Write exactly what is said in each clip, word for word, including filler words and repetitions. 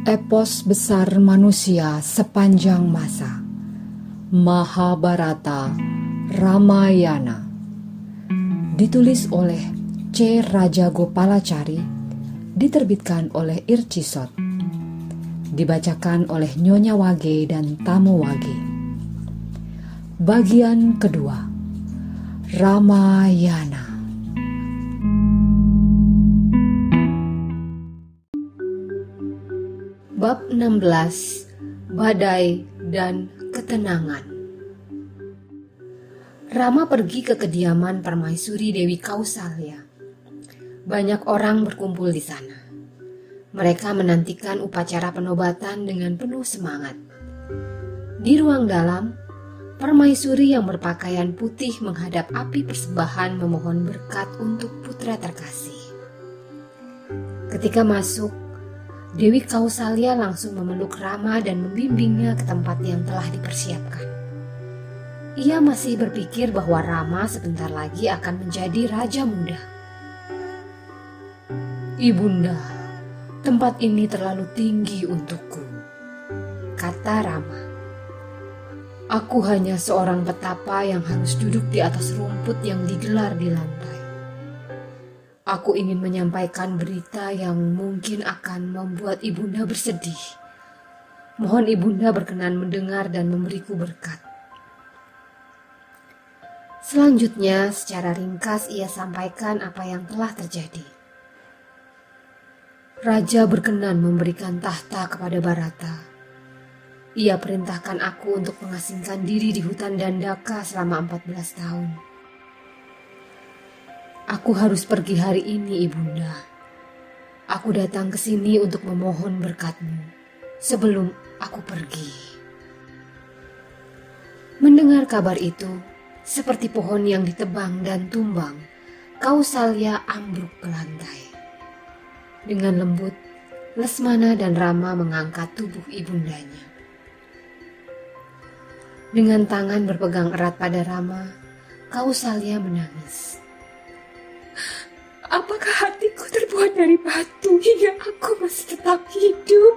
Epos besar manusia sepanjang masa, Mahabharata Ramayana, ditulis oleh C. Rajagopalachari, diterbitkan oleh Ircisot, dibacakan oleh Nyonya Wage dan Tamu Wage. Bagian kedua, Ramayana. Bab enam belas, Badai dan Ketenangan. Rama pergi ke kediaman Permaisuri Dewi Kausalya. Banyak orang berkumpul di sana. Mereka menantikan upacara penobatan dengan penuh semangat. Di ruang dalam, Permaisuri yang berpakaian putih menghadap api persembahan memohon berkat untuk putra terkasih. Ketika masuk, Dewi Kausalya langsung memeluk Rama dan membimbingnya ke tempat yang telah dipersiapkan. Ia masih berpikir bahwa Rama sebentar lagi akan menjadi raja muda. "Ibunda, tempat ini terlalu tinggi untukku," kata Rama. "Aku hanya seorang petapa yang harus duduk di atas rumput yang digelar di lantai. Aku ingin menyampaikan berita yang mungkin akan membuat ibunda bersedih. Mohon ibunda berkenan mendengar dan memberiku berkat." Selanjutnya, secara ringkas ia sampaikan apa yang telah terjadi. Raja berkenan memberikan tahta kepada Bharata. Ia perintahkan aku untuk mengasingkan diri di hutan Dandaka selama empat belas tahun. Aku harus pergi hari ini, ibunda. Aku datang ke sini untuk memohon berkatmu sebelum aku pergi. Mendengar kabar itu, seperti pohon yang ditebang dan tumbang, Kausalya ambruk ke lantai. Dengan lembut, Lesmana dan Rama mengangkat tubuh ibundanya. Dengan tangan berpegang erat pada Rama, Kausalya menangis. "Apakah hatiku terbuat dari batu hingga aku masih tetap hidup?"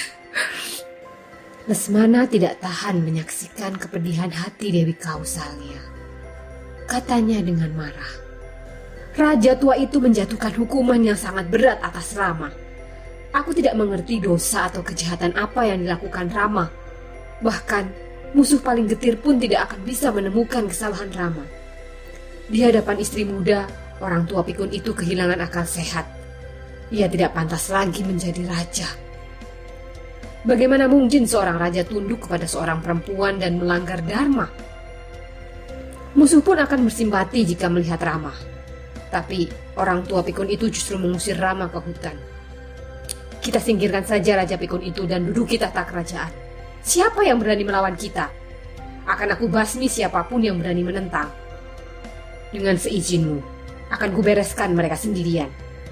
Lesmana tidak tahan menyaksikan kepedihan hati Dewi Kausalya. Katanya dengan marah, "Raja tua itu menjatuhkan hukuman yang sangat berat atas Rama. Aku tidak mengerti dosa atau kejahatan apa yang dilakukan Rama. Bahkan musuh paling getir pun tidak akan bisa menemukan kesalahan Rama. Di hadapan istri muda, orang tua pikun itu kehilangan akal sehat. Ia tidak pantas lagi menjadi raja. Bagaimana mungkin seorang raja tunduk kepada seorang perempuan dan melanggar dharma? Musuh pun akan bersimpati jika melihat Rama. Tapi orang tua pikun itu justru mengusir Rama ke hutan. Kita singkirkan saja raja pikun itu dan duduki tahta kerajaan. Siapa yang berani melawan kita? Akan aku basmi siapapun yang berani menentang. Dengan seizinmu, akan kubereskan mereka sendirian.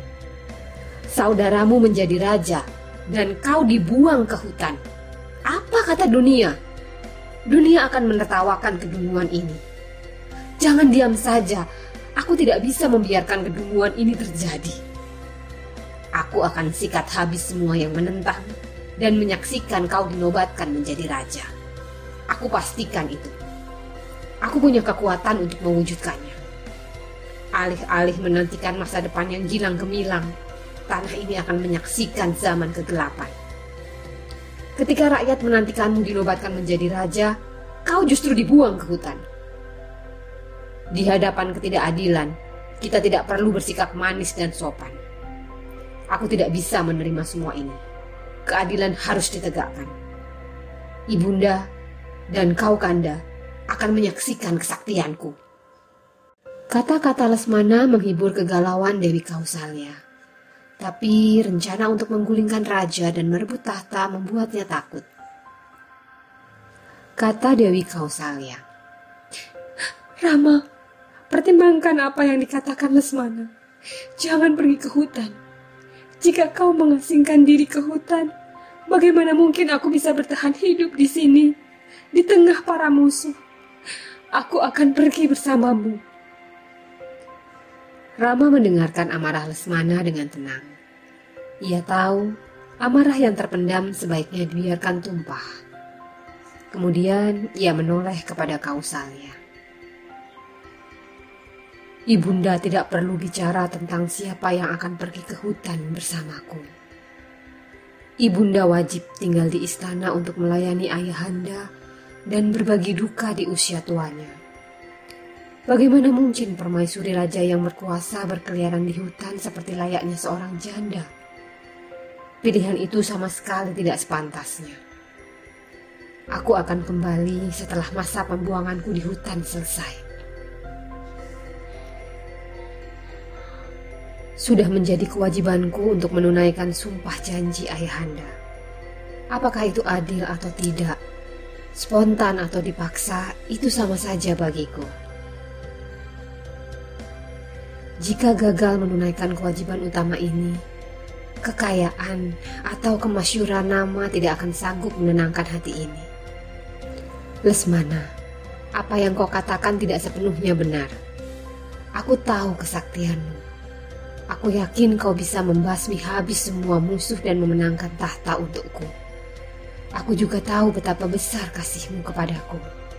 Saudaramu menjadi raja dan kau dibuang ke hutan. Apa kata dunia? Dunia akan menertawakan kedunguan ini. Jangan diam saja. Aku tidak bisa membiarkan kedunguan ini terjadi. Aku akan sikat habis semua yang menentang dan menyaksikan kau dinobatkan menjadi raja. Aku pastikan itu. Aku punya kekuatan untuk mewujudkannya. Alih-alih menantikan masa depan yang gilang gemilang, tanah ini akan menyaksikan zaman kegelapan. Ketika rakyat menantikanmu dinobatkan menjadi raja, kau justru dibuang ke hutan. Di hadapan ketidakadilan, kita tidak perlu bersikap manis dan sopan. Aku tidak bisa menerima semua ini. Keadilan harus ditegakkan. Ibunda dan kau Kanda akan menyaksikan kesaktianku." Kata-kata Lesmana menghibur kegalauan Dewi Kausalya. Tapi rencana untuk menggulingkan raja dan merebut tahta membuatnya takut. Kata Dewi Kausalya, "Rama, pertimbangkan apa yang dikatakan Lesmana. Jangan pergi ke hutan. Jika kau mengasingkan diri ke hutan, bagaimana mungkin aku bisa bertahan hidup di sini, di tengah para musuh? Aku akan pergi bersamamu." Rama mendengarkan amarah Lesmana dengan tenang. Ia tahu Amarah yang terpendam sebaiknya dibiarkan tumpah. Kemudian ia menoleh kepada Kausalya. Ibunda tidak perlu bicara tentang siapa yang akan pergi ke hutan bersamaku. Ibunda wajib tinggal di istana untuk melayani ayahanda dan berbagi duka di usia tuanya. Bagaimana mungkin permaisuri raja yang berkuasa berkeliaran di hutan seperti layaknya seorang janda? Pilihan itu sama sekali tidak sepantasnya. Aku akan kembali setelah masa pembuanganku di hutan selesai. Sudah menjadi kewajibanku untuk menunaikan sumpah janji ayahanda. Apakah itu adil atau tidak, spontan atau dipaksa, itu sama saja bagiku. Jika gagal menunaikan kewajiban utama ini, kekayaan atau kemasyhuran nama tidak akan sanggup menenangkan hati ini. Lesmana, apa yang kau katakan tidak sepenuhnya benar. Aku tahu kesaktianmu. Aku yakin kau bisa membasmi habis semua musuh dan memenangkan tahta untukku. Aku juga tahu betapa besar kasihmu kepadaku.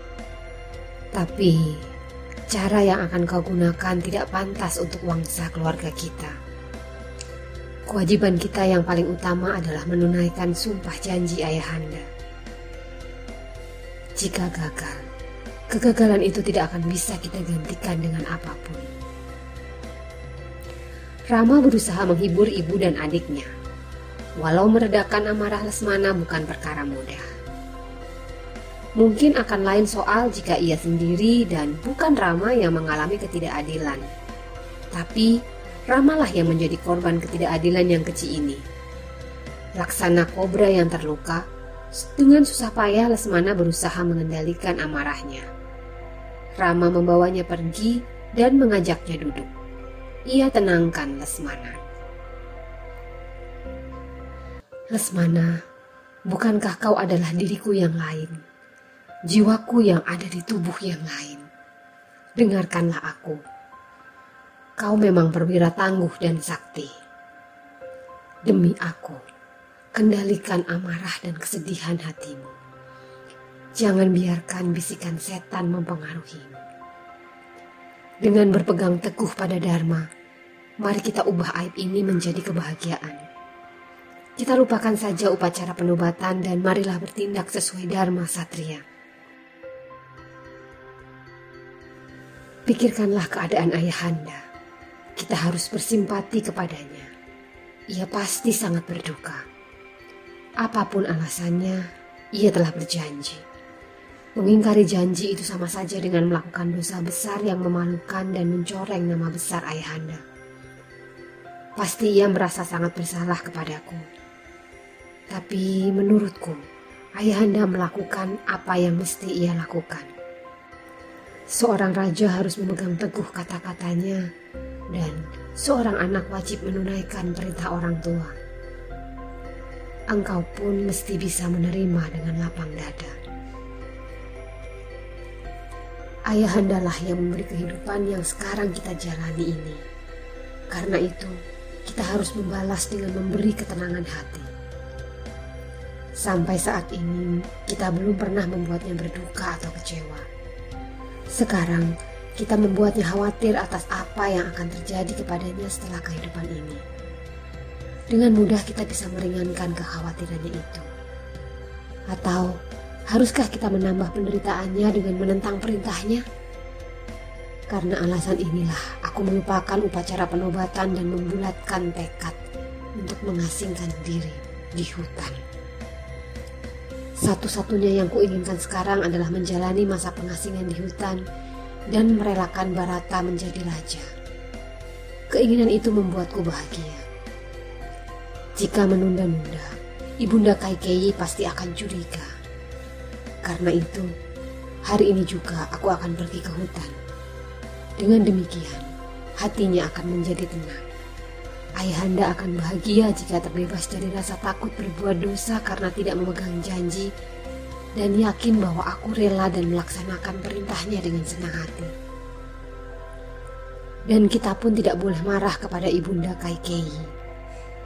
Tapi cara yang akan kau gunakan tidak pantas untuk wangsa keluarga kita. Kewajiban kita yang paling utama adalah menunaikan sumpah janji ayahanda. Jika gagal, kegagalan itu tidak akan bisa kita gantikan dengan apapun. Rama berusaha menghibur ibu dan adiknya. Walau meredakan amarah Lesmana bukan perkara mudah. Mungkin akan lain soal jika ia sendiri dan bukan Rama yang mengalami ketidakadilan. Tapi Ramalah yang menjadi korban ketidakadilan yang kecil ini. Laksana kobra yang terluka, dengan susah payah Lesmana berusaha mengendalikan amarahnya. Rama membawanya pergi dan mengajaknya duduk. Ia tenangkan Lesmana. Lesmana, bukankah kau adalah diriku yang lain? Jiwaku yang ada di tubuh yang lain. Dengarkanlah aku. Kau memang perwira tangguh dan sakti. Demi aku, kendalikan amarah dan kesedihan hatimu. Jangan biarkan bisikan setan mempengaruhimu. Dengan berpegang teguh pada Dharma, mari kita ubah aib ini menjadi kebahagiaan. Kita lupakan saja upacara penobatan dan marilah bertindak sesuai Dharma Satria. Pikirkanlah keadaan ayahanda. Kita harus bersimpati kepadanya. Ia pasti sangat berduka. Apapun alasannya, ia telah berjanji. Mengingkari janji itu sama saja dengan melakukan dosa besar yang memalukan dan mencoreng nama besar ayahanda. Pasti ia merasa sangat bersalah kepadaku. Tapi menurutku, ayahanda melakukan apa yang mesti ia lakukan. Seorang raja harus memegang teguh kata-katanya dan seorang anak wajib menunaikan perintah orang tua. Engkau pun mesti bisa menerima dengan lapang dada. Ayahandalah yang memberi kehidupan yang sekarang kita jalani ini. Karena itu, kita harus membalas dengan memberi ketenangan hati. Sampai saat ini, kita belum pernah membuatnya berduka atau kecewa. Sekarang, kita membuatnya khawatir atas apa yang akan terjadi kepadanya setelah kehidupan ini. Dengan mudah kita bisa meringankan kekhawatirannya itu. Atau haruskah kita menambah penderitaannya dengan menentang perintahnya? Karena alasan inilah aku melupakan upacara penobatan dan membulatkan tekad untuk mengasingkan diri di hutan. Satu-satunya yang kuinginkan sekarang adalah menjalani masa pengasingan di hutan dan merelakan Barata menjadi raja. Keinginan itu membuatku bahagia. Jika menunda-nunda, Ibunda Kaikeyi pasti akan curiga. Karena itu, hari ini juga aku akan pergi ke hutan. Dengan demikian, hatinya akan menjadi tenang. Ayahanda akan bahagia jika terbebas dari rasa takut berbuat dosa karena tidak memegang janji dan yakin bahwa aku rela dan melaksanakan perintahnya dengan senang hati. Dan kita pun tidak boleh marah kepada Ibunda Kaikeyi.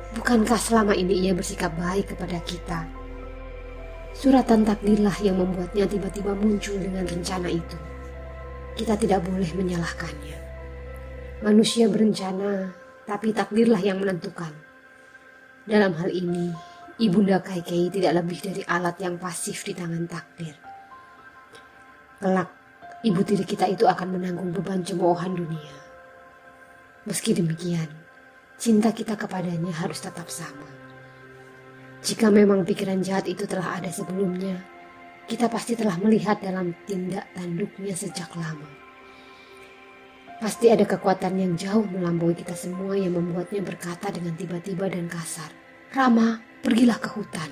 Bukankah selama ini ia bersikap baik kepada kita? Suratan takdirlah yang membuatnya tiba-tiba muncul dengan rencana itu. Kita tidak boleh menyalahkannya. Manusia berencana, tapi takdirlah yang menentukan. Dalam hal ini, Ibunda Kaikei tidak lebih dari alat yang pasif di tangan takdir. Kelak, ibu tiri kita itu akan menanggung beban cemoohan dunia. Meski demikian, cinta kita kepadanya harus tetap sama. Jika memang pikiran jahat itu telah ada sebelumnya, kita pasti telah melihat dalam tindak tanduknya sejak lama. Pasti ada kekuatan yang jauh melampaui kita semua yang membuatnya berkata dengan tiba-tiba dan kasar, "Rama, pergilah ke hutan."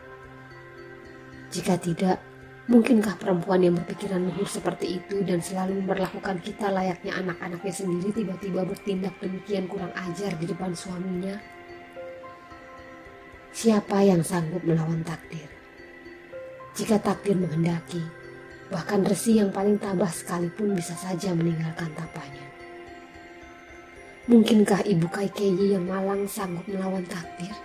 Jika tidak, mungkinkah perempuan yang berpikiran luhur seperti itu dan selalu memperlakukan kita layaknya anak-anaknya sendiri tiba-tiba bertindak demikian kurang ajar di depan suaminya? Siapa yang sanggup melawan takdir? Jika takdir menghendaki, bahkan resi yang paling tabah sekalipun bisa saja meninggalkan tapanya. Mungkinkah Ibu Kaikei yang malang sanggup melawan takdir?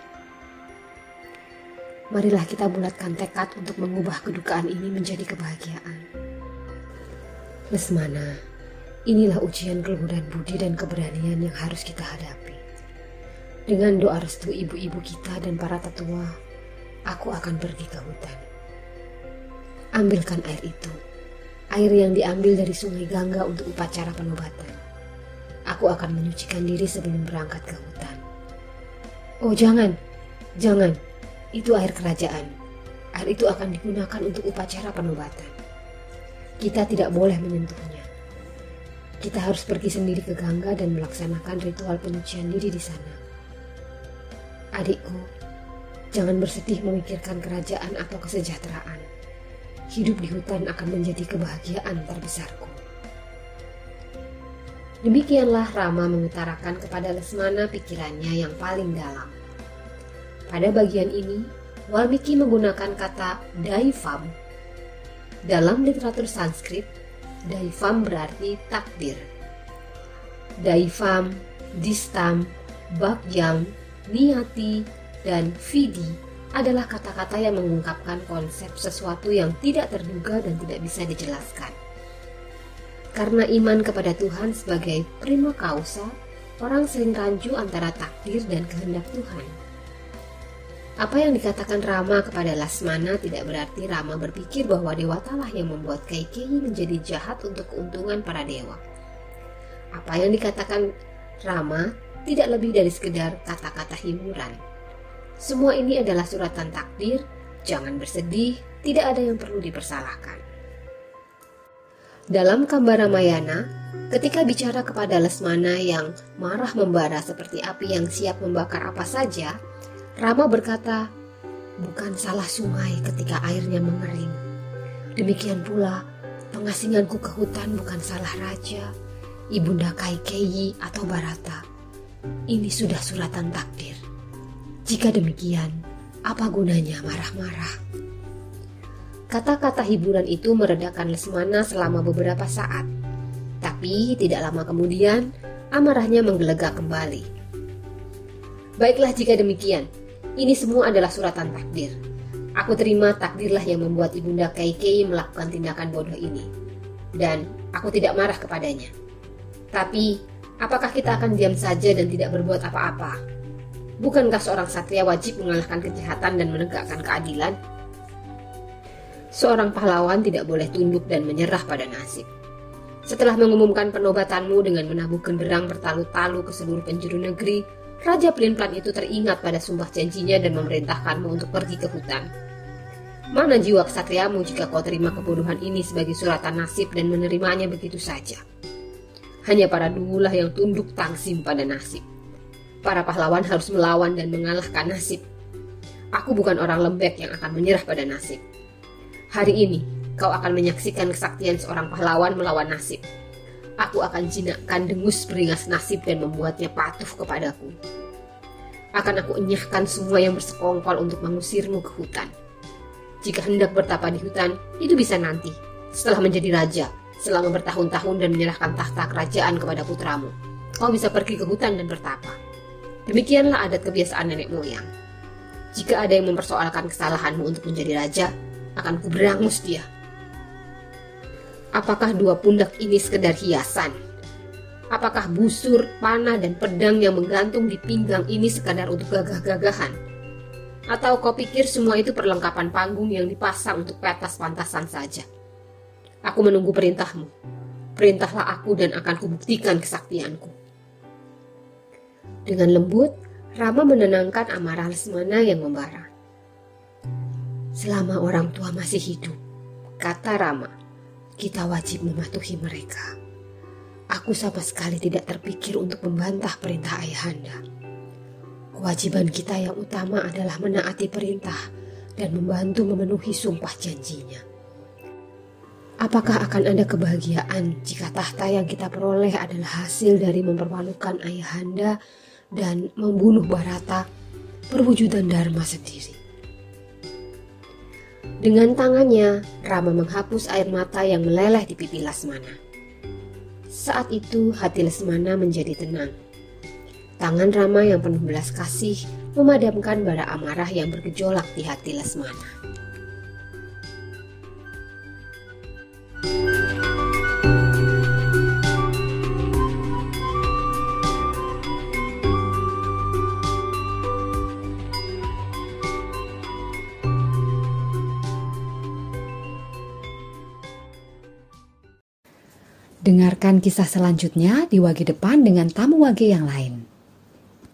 Marilah kita bulatkan tekad untuk mengubah kedukaan ini menjadi kebahagiaan. Lesmana, inilah ujian keluhuran budi dan keberanian yang harus kita hadapi. Dengan doa restu ibu-ibu kita dan para tetua, aku akan pergi ke hutan. Ambilkan air itu, air yang diambil dari sungai Gangga untuk upacara penobatan. Aku akan menyucikan diri sebelum berangkat ke hutan. Oh jangan, jangan, itu air kerajaan. Air itu akan digunakan untuk upacara penobatan. Kita tidak boleh menyentuhnya. Kita harus pergi sendiri ke Gangga dan melaksanakan ritual penyucian diri di sana. Adikku, jangan bersedih memikirkan kerajaan atau kesejahteraan. Hidup di hutan akan menjadi kebahagiaan terbesarku. Demikianlah Rama mengutarakan kepada Lesmana pikirannya yang paling dalam. Pada bagian ini, Walmiki menggunakan kata Daivam. Dalam literatur Sanskrit, Daivam berarti takdir. Daivam, Distam, Bagyam, Niyati, dan Vidi adalah kata-kata yang mengungkapkan konsep sesuatu yang tidak terduga dan tidak bisa dijelaskan. Karena iman kepada Tuhan sebagai prima causa, orang sering rancu antara takdir dan kehendak Tuhan. Apa yang dikatakan Rama kepada Lasmana tidak berarti Rama berpikir bahwa dewatalah yang membuat Kaikei menjadi jahat untuk keuntungan para dewa. Apa yang dikatakan Rama tidak lebih dari sekedar kata-kata hiburan. Semua ini adalah suratan takdir, jangan bersedih, tidak ada yang perlu dipersalahkan. Dalam Kamba Ramayana, ketika bicara kepada Lesmana yang marah membara seperti api yang siap membakar apa saja, Rama berkata, "Bukan salah sungai ketika airnya mengering. Demikian pula, pengasinganku ke hutan bukan salah raja, Ibunda Kaikei atau Barata. Ini sudah suratan takdir. Jika demikian, apa gunanya marah-marah?" Kata-kata hiburan itu meredakan Lesmana selama beberapa saat. Tapi tidak lama kemudian, amarahnya menggelegak kembali. "Baiklah jika demikian, ini semua adalah suratan takdir. Aku terima takdirlah yang membuat Ibunda Kaikei melakukan tindakan bodoh ini. Dan aku tidak marah kepadanya. Tapi apakah kita akan diam saja dan tidak berbuat apa-apa? Bukankah seorang satria wajib mengalahkan kejahatan dan menegakkan keadilan? Seorang pahlawan tidak boleh tunduk dan menyerah pada nasib. Setelah mengumumkan penobatanmu dengan menabuh genderang bertalu-talu ke seluruh penjuru negeri, Raja Pelin-Pelan itu teringat pada sumpah janjinya dan memerintahkanmu untuk pergi ke hutan. Mana jiwa kesatriamu jika kau terima kebodohan ini sebagai suratan nasib dan menerimanya begitu saja? Hanya para dululah yang tunduk tangsim pada nasib. Para pahlawan harus melawan dan mengalahkan nasib. Aku bukan orang lembek yang akan menyerah pada nasib. Hari ini kau akan menyaksikan kesaktian seorang pahlawan melawan nasib. Aku akan jinakkan dengus beringas nasib dan membuatnya patuh kepadaku. Akan aku enyahkan semua yang bersekongkol untuk mengusirmu ke hutan. Jika hendak bertapa di hutan, itu bisa nanti, setelah menjadi raja, selama bertahun-tahun dan menyerahkan tahta kerajaan kepada putramu. Kau bisa pergi ke hutan dan bertapa. Demikianlah adat kebiasaan nenek moyang. Jika ada yang mempersoalkan kesalahanmu untuk menjadi raja, akan kuberangus dia. Apakah dua pundak ini sekedar hiasan? Apakah busur, panah, dan pedang yang menggantung di pinggang ini sekadar untuk gagah-gagahan? Atau kau pikir semua itu perlengkapan panggung yang dipasang untuk pentas-pantasan saja? Aku menunggu perintahmu. Perintahlah aku dan akan kubuktikan kesaktianku. Dengan lembut, Rama menenangkan amarah Lesmana yang membara. Selama orang tua masih hidup, kata Rama, kita wajib mematuhi mereka. Aku sama sekali tidak terpikir untuk membantah perintah ayahanda. Kewajiban kita yang utama adalah menaati perintah dan membantu memenuhi sumpah janjinya. Apakah akan ada kebahagiaan jika tahta yang kita peroleh adalah hasil dari mempermalukan ayahanda dan membunuh Bharata, perwujudan Dharma sendiri? Dengan tangannya, Rama menghapus air mata yang meleleh di pipi Lesmana. Saat itu hati Lesmana menjadi tenang. Tangan Rama yang penuh belas kasih memadamkan bara amarah yang bergejolak di hati Lesmana. Dengarkan kisah selanjutnya di Wage Depan dengan tamu Wage yang lain.